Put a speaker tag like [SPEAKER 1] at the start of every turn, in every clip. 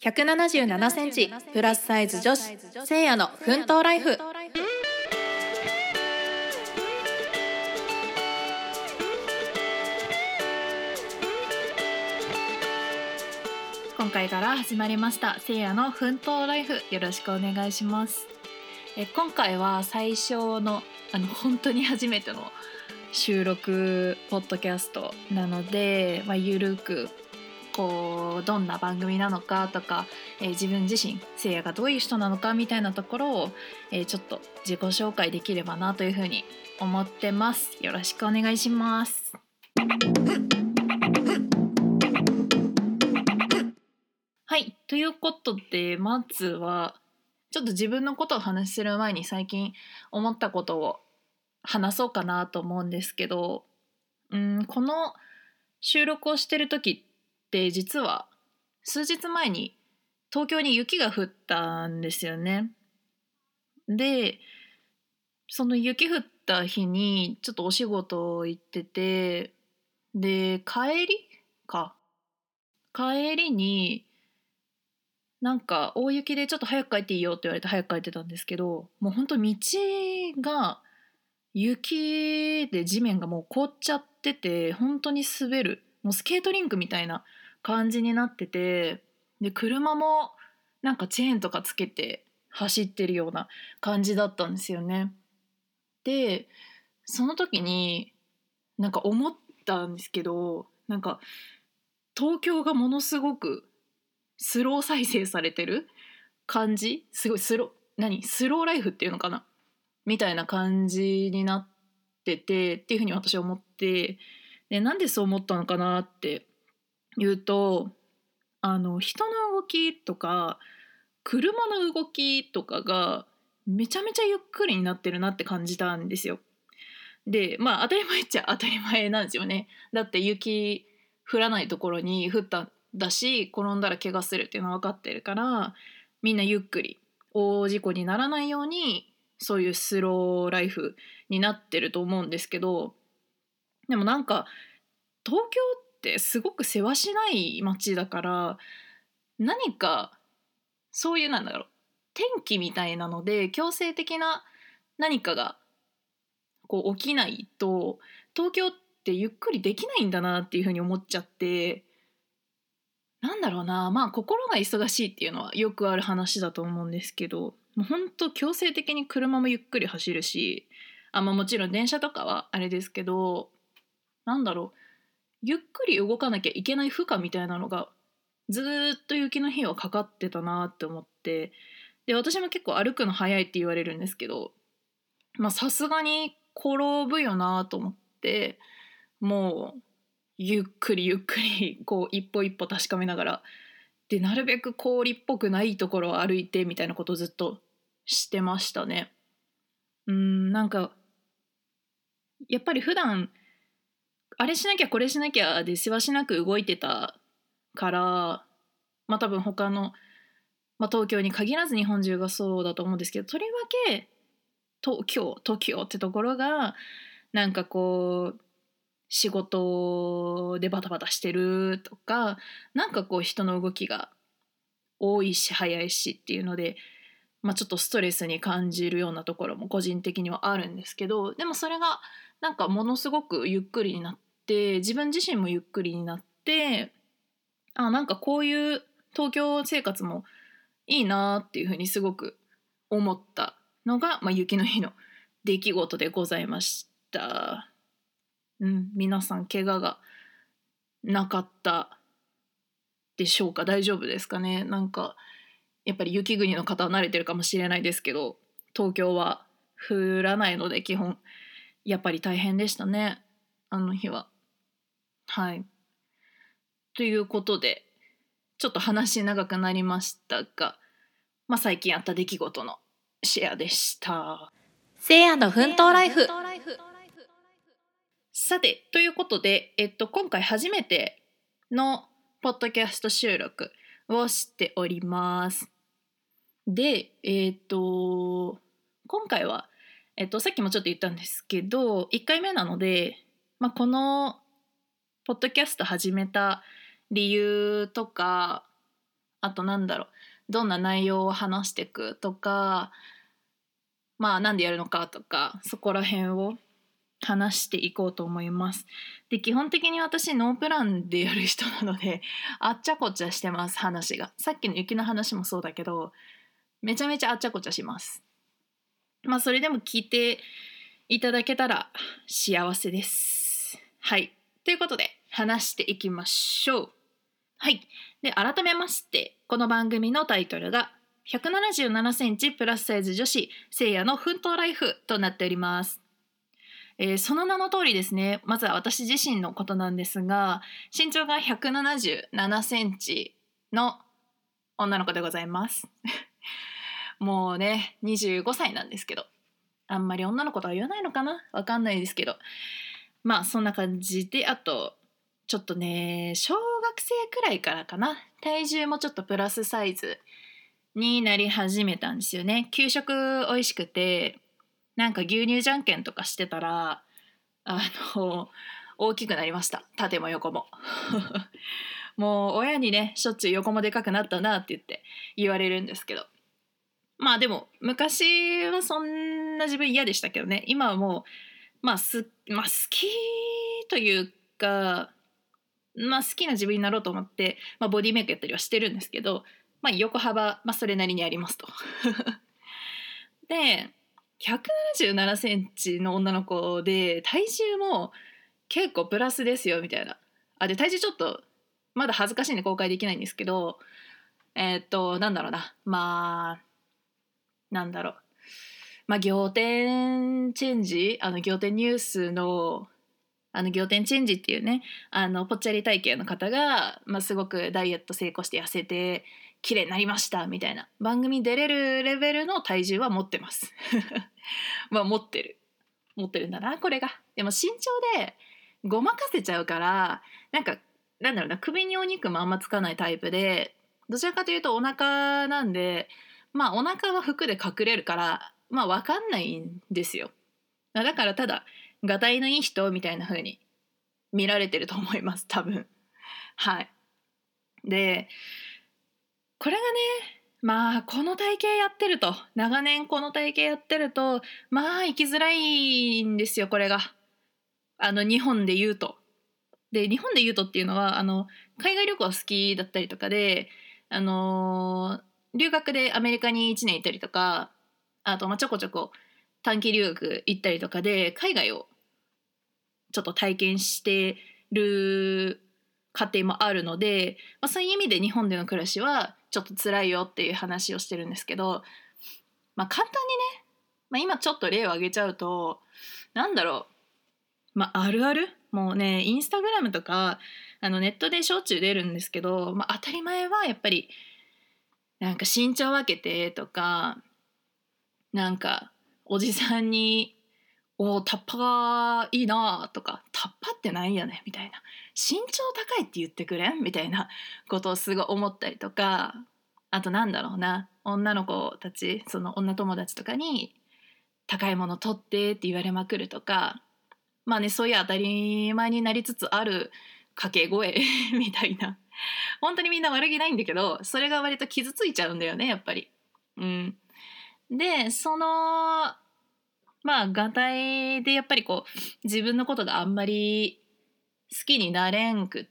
[SPEAKER 1] 177センチプラスサイズ女子せいやの奮闘ライフ。今回から始まりましたせいやの奮闘ライフ、よろしくお願いします。今回は最初の本当に初めての収録ポッドキャストなので、ゆるくこうどんな番組なのかとか、自分自身せいやがどういう人なのかみたいなところを、ちょっと自己紹介できればなというふうに思ってます。よろしくお願いします。はい、ということでまずはちょっと自分のことを話する前に最近思ったことを話そうかなと思うんですけど、この収録をしてる時って実は数日前に東京に雪が降ったんですよね。で、その雪降った日にちょっとお仕事行ってて、で帰りになんか大雪でちょっと早く帰っていいよって言われて早く帰ってたんですけど、もうほんと道が雪で地面がもう凍っちゃってて、本当に滑る、もうスケートリンクみたいな感じになってて、で車もなんかチェーンとかつけて走ってるような感じだったんですよね。でその時になんか思ったんですけど、なんか東京がものすごくスロー再生されてる感じ、すごいスローライフっていうのかなみたいな感じになっててっていうふうに私は思って、でなんでそう思ったのかなっていうと、人の動きとか車の動きとかがめちゃめちゃゆっくりになってるなって感じたんですよ。で当たり前っちゃ当たり前なんですよね。だって雪降らないところに降ったんだし、転んだら怪我するっていうのは分かってるから、みんなゆっくり大事故にならないようにそういうスローライフになってると思うんですけど、でもなんか東京ってすごくせわしない街だから、何かそういう天気みたいなので強制的な何かがこう起きないと東京ってゆっくりできないんだなっていうふうに思っちゃって、心が忙しいっていうのはよくある話だと思うんですけど、もうほんと強制的に車もゆっくり走るし、もちろん電車とかはあれですけど、ゆっくり動かなきゃいけない負荷みたいなのがずっと雪の日はかかってたなって思って、で私も結構歩くの早いって言われるんですけど、さすがに転ぶよなと思って、もうゆっくりゆっくりこう一歩一歩確かめながら、でなるべく氷っぽくないところを歩いてみたいなことをずっとしてましたね。やっぱり普段あれしなきゃこれしなきゃでせわしなく動いてたから、多分他の、東京に限らず日本中がそうだと思うんですけど、とりわけ東京ってところが仕事でバタバタしてるとか、人の動きが多いし早いしっていうので、ちょっとストレスに感じるようなところも個人的にはあるんですけど、でもそれがものすごくゆっくりになって、自分自身もゆっくりになって、こういう東京生活もいいなっていうふうにすごく思ったのが、雪の日の出来事でございました。皆さん怪我がなかったでしょうか？大丈夫ですかね？やっぱり雪国の方は慣れてるかもしれないですけど、東京は降らないので基本やっぱり大変でしたね、あの日は。はい。ということでちょっと話長くなりましたが、最近あった出来事のシェアでした。せいやの奮闘ライフ。さて、ということで、今回初めてのポッドキャスト収録をしております。で、今回は、さっきもちょっと言ったんですけど、1回目なので、このポッドキャスト始めた理由とか、 あとどんな内容を話していくとか、なんでやるのかとか、そこら辺を話していこうと思います。で、基本的に私ノープランでやる人なのであっちゃこっちゃしてます。話がさっきの雪の話もそうだけど、めちゃめちゃあっちゃこっちゃします。それでも聞いていただけたら幸せです。はい、ということで話していきましょう。はい。で、改めまして、この番組のタイトルが177センチプラスサイズ女子せいやの奮闘ライフとなっております。その名の通りですね、まずは私自身のことなんですが、身長が177センチの女の子でございます。もうね、25歳なんですけど、あんまり女の子とは言わないのかな、わかんないですけど、そんな感じで、あとちょっとね、小学生くらいからかな、体重もちょっとプラスサイズになり始めたんですよね。給食美味しくて、牛乳じゃんけんとかしてたらあの大きくなりました。縦も横ももう親にね、しょっちゅう横もでかくなったなって言われるんですけど、でも昔はそんな自分嫌でしたけどね。今はもう好きというか、好きな自分になろうと思って、ボディメイクやったりはしてるんですけど、横幅、それなりにありますとで、177センチの女の子で体重も結構プラスですよみたいな。で、体重ちょっとまだ恥ずかしいんで公開できないんですけど、なんだろうな、仰天チェンジ、仰天ニュースの仰天チェンジっていうね、ぽっちゃり体型の方が、すごくダイエット成功して痩せて綺麗になりましたみたいな番組出れるレベルの体重は持ってます持ってるんだなこれが。でも身長でごまかせちゃうから、首にお肉もあんまつかないタイプで、どちらかというとお腹なんで、お腹は服で隠れるから分かんないんですよ。だからただがたいのいい人みたいな風に見られてると思います、多分。はい。で、これがね、この体型やってると、長年この体型やってると、生きづらいんですよ、これが。日本で言うと。で、日本で言うとっていうのは、海外旅行好きだったりとかで、留学でアメリカに1年行ったりとか、あとちょこちょこ短期留学行ったりとかで海外をちょっと体験してる家庭もあるので、そういう意味で日本での暮らしはちょっと辛いよっていう話をしてるんですけど、簡単にね、今ちょっと例を挙げちゃうと、あるあるもうね、インスタグラムとかネットでしょっちゅう出るんですけど、当たり前はやっぱり身長分けてとか、おじさんにタッパがいいなとか、タッパってなんやねんみたいな、身長高いって言ってくれんみたいなことをすごい思ったりとか、あと女の子たち、その女友達とかに高いもの取ってって言われまくるとか、そういう当たり前になりつつある掛け声みたいな、本当にみんな悪気ないんだけど、それが割と傷ついちゃうんだよね、やっぱり。で、がたいでやっぱり自分のことがあんまり好きになれんくって、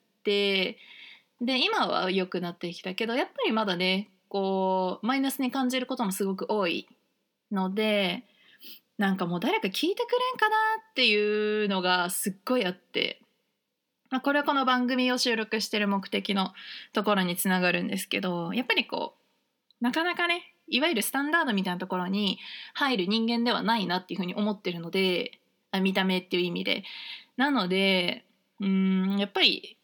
[SPEAKER 1] で今は良くなってきたけど、やっぱりまだねマイナスに感じることもすごく多いので、もう誰か聞いてくれんかなっていうのがすっごいあって、これはこの番組を収録してる目的のところにつながるんですけど、やっぱりなかなかね、いわゆるスタンダードみたいなところに入る人間ではないなっていうふうに思ってるので、見た目っていう意味で。なので、やっぱり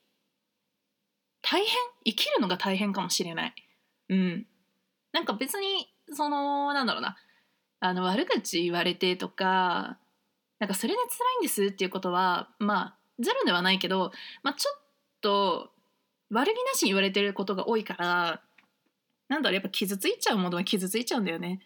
[SPEAKER 1] 生きるのが大変かもしれない。別に悪口言われてとか、それで辛いんですっていうことはゼロではないけど、ちょっと悪気なしに言われてることが多いから、やっぱ傷ついちゃうものは傷ついちゃうんだよね。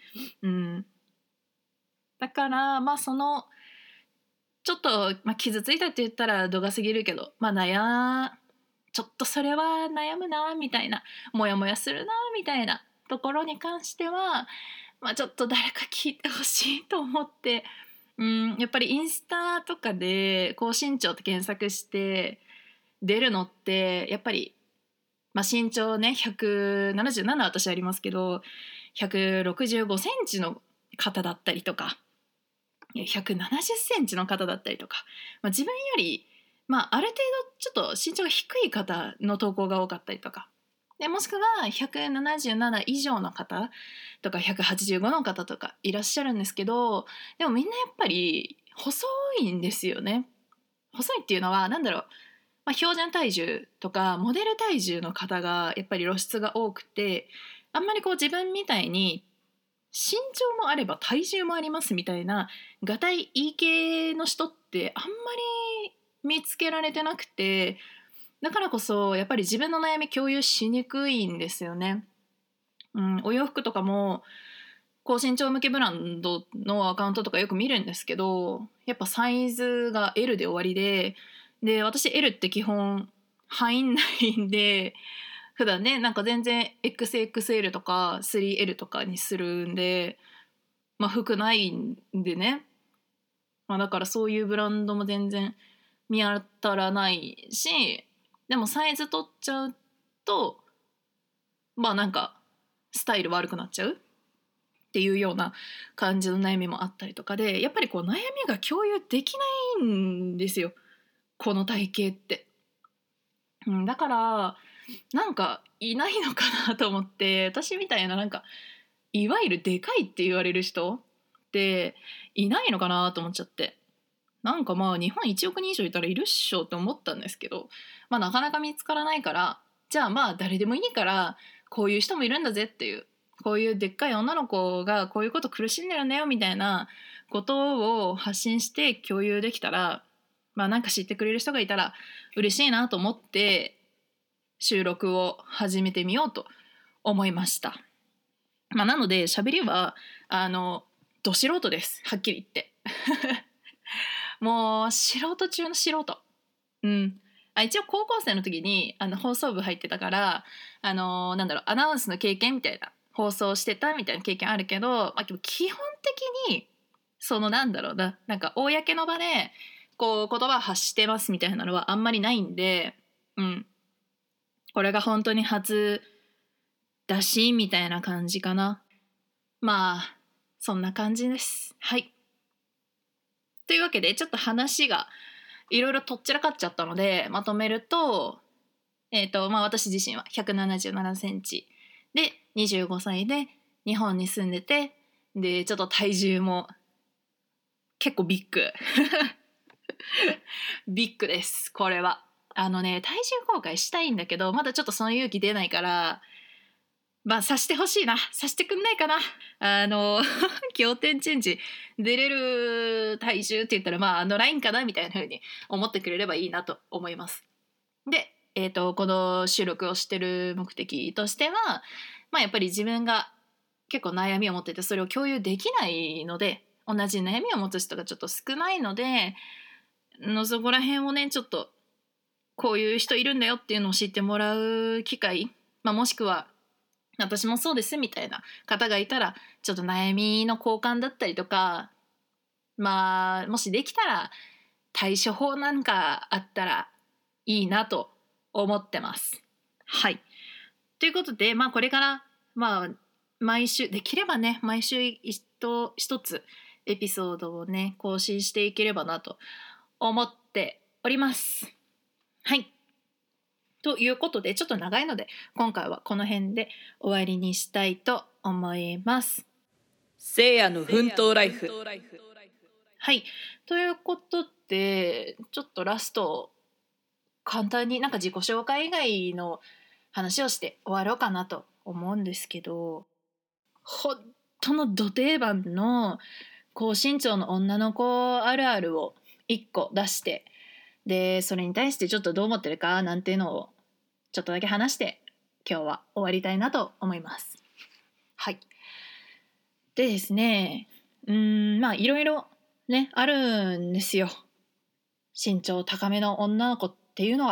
[SPEAKER 1] だからちょっと、傷ついたって言ったら度が過ぎるけど、悩ちょっとそれは悩むなみたいな、モヤモヤするなみたいなところに関しては、ちょっと誰か聞いてほしいと思って、やっぱりインスタとかで高身長って検索して出るのってやっぱり、身長ね177私ありますけど165センチの方だったりとか170センチの方だったりとか、自分より、ある程度ちょっと身長が低い方の投稿が多かったりとかで、もしくは177以上の方とか185の方とかいらっしゃるんですけど、でもみんなやっぱり細いんですよね。細いっていうのは標準体重とかモデル体重の方がやっぱり露出が多くて、あんまりこう自分みたいに身長もあれば体重もありますみたいながたいいい系の人ってあんまり見つけられてなくて、だからこそやっぱり自分の悩み共有しにくいんですよね。お洋服とかも高身長向けブランドのアカウントとかよく見るんですけど、やっぱサイズが L で終わりで私 L って基本入んないんで、普段ね全然 XXL とか 3L とかにするんで、服ないんでね、だからそういうブランドも全然見当たらないし、でもサイズ取っちゃうとスタイル悪くなっちゃうっていうような感じの悩みもあったりとかで、やっぱりこう悩みが共有できないんですよ、この体型って。だからいないのかなと思って、私みたいないわゆるでかいって言われる人っていないのかなと思っちゃって、日本1億人以上いたらいるっしょって思ったんですけど、なかなか見つからないから、じゃあ誰でもいいからこういう人もいるんだぜっていう、こういうでっかい女の子がこういうこと苦しんでるんだよみたいなことを発信して共有できたら、知ってくれる人がいたら嬉しいなと思って収録を始めてみようと思いました。なので喋りはど素人です、はっきり言ってもう素人中の素人。一応高校生の時に放送部入ってたから、アナウンスの経験みたいな、放送してたみたいな経験あるけど、基本的に公の場でこう言葉を発してますみたいなのはあんまりないんで、これが本当に初だしみたいな感じかな。そんな感じです。はい。というわけでちょっと話がいろいろとっちらかっちゃったのでまとめると、私自身は177センチで25歳で日本に住んでて、でちょっと体重も結構ビッグビッグです。これは体重公開したいんだけどまだちょっとその勇気出ないから、さしてほしいな、さしてくんないかな。仰天チェンジ出れる体重って言ったらラインかなみたいな風に思ってくれればいいなと思います。で、この収録をしてる目的としては、やっぱり自分が結構悩みを持っててそれを共有できないので、同じ悩みを持つ人がちょっと少ないのでそこら辺をねちょっとこういう人いるんだよっていうのを知ってもらう機会、もしくは私もそうですみたいな方がいたらちょっと悩みの交換だったりとか、もしできたら対処法あったらいいなと思ってます。はい。ということでこれから毎週できればね毎週一つエピソードをね更新していければなと思っております。はい。ということでちょっと長いので今回はこの辺で終わりにしたいと思います。
[SPEAKER 2] せいやの奮闘ライフ。
[SPEAKER 1] はい。ということでちょっとラスト簡単に自己紹介以外の話をして終わろうかなと思うんですけど、本当のど定番の高身長の女の子あるあるを1個出して、でそれに対してちょっとどう思ってるかなんていうのをちょっとだけ話して今日は終わりたいなと思います。はい。でですね、いろいろねあるんですよ。身長高めの女の子っていうのは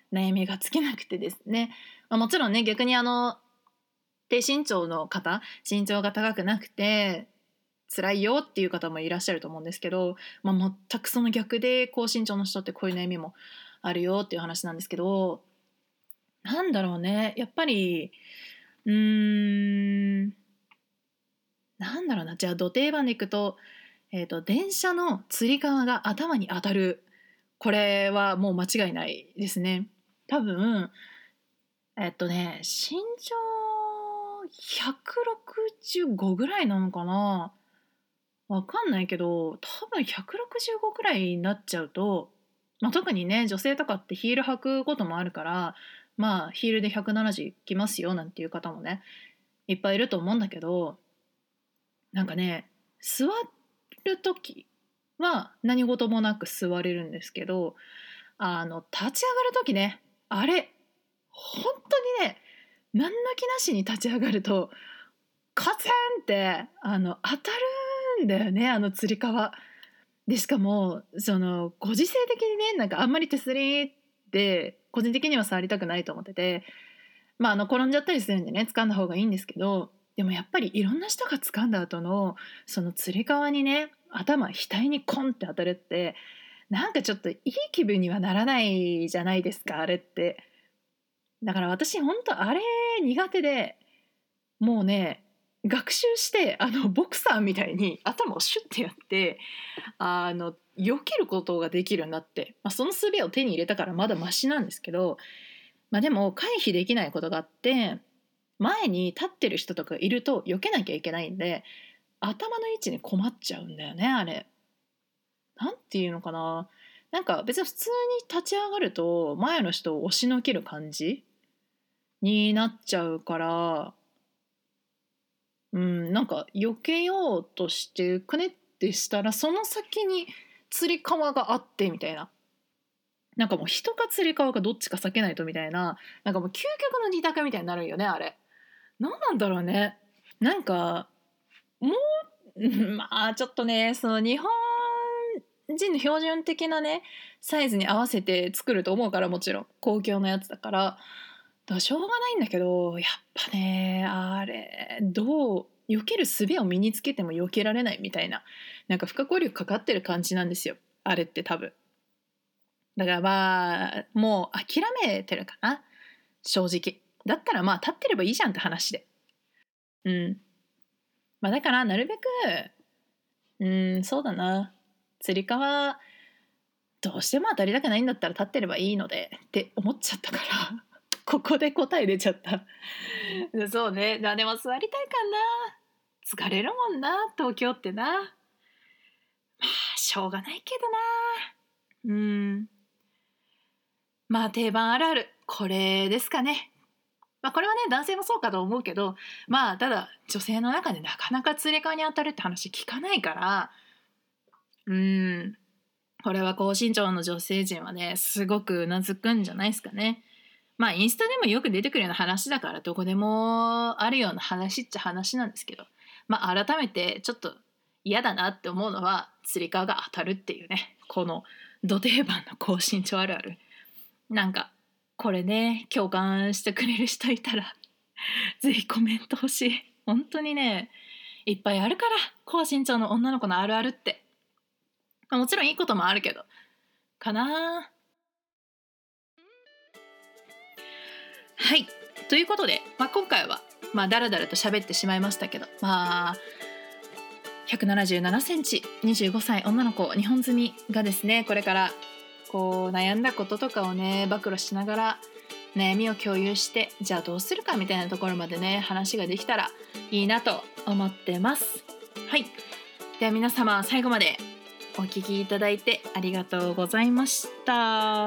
[SPEAKER 1] 悩みが尽きなくてですね、もちろんね逆に低身長の方、身長が高くなくて辛いよっていう方もいらっしゃると思うんですけど、全くその逆で高身長の人ってこういう悩みもあるよっていう話なんですけど、なんだろうね、やっぱりなんだろうな、じゃあ土定番でいくと、電車のつり革が頭に当たる、これはもう間違いないですね。多分身長165ぐらいなのかな、わかんないけど多分165ぐらいになっちゃうと、特にね女性とかってヒール履くこともあるから、ヒールで170いきますよなんていう方もねいっぱいいると思うんだけど、なんかね座る時は何事もなく座れるんですけど、立ち上がる時ね、あれ本当にね何の気なしに立ち上がるとカツンって当たるんだよね、つり革で。しかもそのご時世的にね、なんかあんまり手すりって個人的には触りたくないと思ってて、転んじゃったりするんでね掴んだ方がいいんですけど、でもやっぱりいろんな人が掴んだ後のそのつり革にね額にコンって当たるって、なんかちょっといい気分にはならないじゃないですか、あれって。だから私本当あれ苦手で、もうね学習してボクサーみたいに頭をシュッてやって避けることができるようになって、その術を手に入れたからまだマシなんですけど、でも回避できないことがあって、前に立ってる人とかいると避けなきゃいけないんで頭の位置に困っちゃうんだよね、あれ。なんていうのかな、なんか別に普通に立ち上がると前の人を押しのける感じになっちゃうから、なんか避けようとしてくねってしたらその先につり革があってみたいな、なんかもう人かつり革かどっちか避けないとみたいな、なんかもう究極の二択みたいになるよね、あれ。何なんだろうね。なんかもうちょっとね、その日本人の標準的なねサイズに合わせて作ると思うから、もちろん公共のやつだからしょうがないんだけど、やっぱねあれどう避ける術を身につけても避けられないみたいな、なんか不可抗力かかってる感じなんですよ、あれって多分。だからもう諦めてるかな、正直。だったら立ってればいいじゃんって話で。だからなるべくそうだな、つり革どうしても当たりたくないんだったら立ってればいいのでって思っちゃったからここで答え出ちゃったそうね、でも座りたいかな、疲れるもんな東京ってな。しょうがないけどな。定番あるあるこれですかね。これはね男性もそうかと思うけど、ただ女性の中でなかなかつり革に当たるって話聞かないから、これは高身長の女性陣はねすごくうなずくんじゃないですかね。インスタでもよく出てくるような話だからどこでもあるような話っちゃ話なんですけど、改めてちょっと嫌だなって思うのはつり革が当たるっていうね、このド定番の高身長あるある。なんかこれね共感してくれる人いたらぜひコメント欲しい。本当にねいっぱいあるから、高身長の女の子のあるあるって。もちろんいいこともあるけどかな。はい、ということで、今回はだらだらと喋ってしまいましたけど、177センチ25歳女の子日本住みがですね、これからこう悩んだこととかをね暴露しながら悩みを共有して、じゃあどうするかみたいなところまでね話ができたらいいなと思ってます。はい、では皆様最後までお聞きいただいてありがとうございました。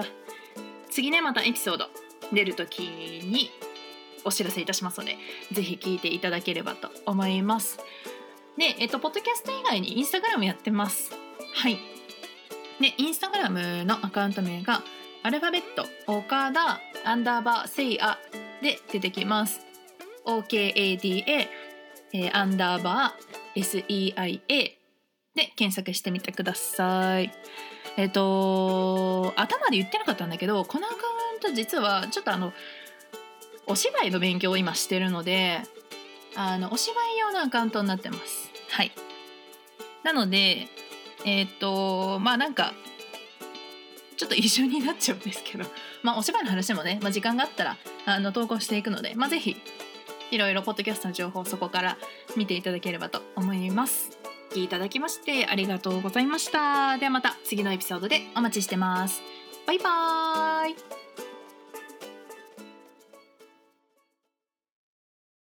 [SPEAKER 1] 次ねまたエピソード出る時にお知らせいたしますので、ぜひ聞いていただければと思います。で、ポッドキャスト以外にインスタグラムやってます。はい。で、インスタグラムのアカウント名がアルファベット岡田_せいやで出てきます。OKADA_SEIA で検索してみてください。頭で言ってなかったんだけど、このアカウンと実はちょっとお芝居の勉強を今してるのでお芝居用のアカウントになってます。はい。なのでなんかちょっと一緒になっちゃうんですけどお芝居の話もね、時間があったら投稿していくので、ぜひいろいろポッドキャストの情報をそこから見ていただければと思います。聞いていただきましてありがとうございました。ではまた次のエピソードでお待ちしてます。バイバーイ。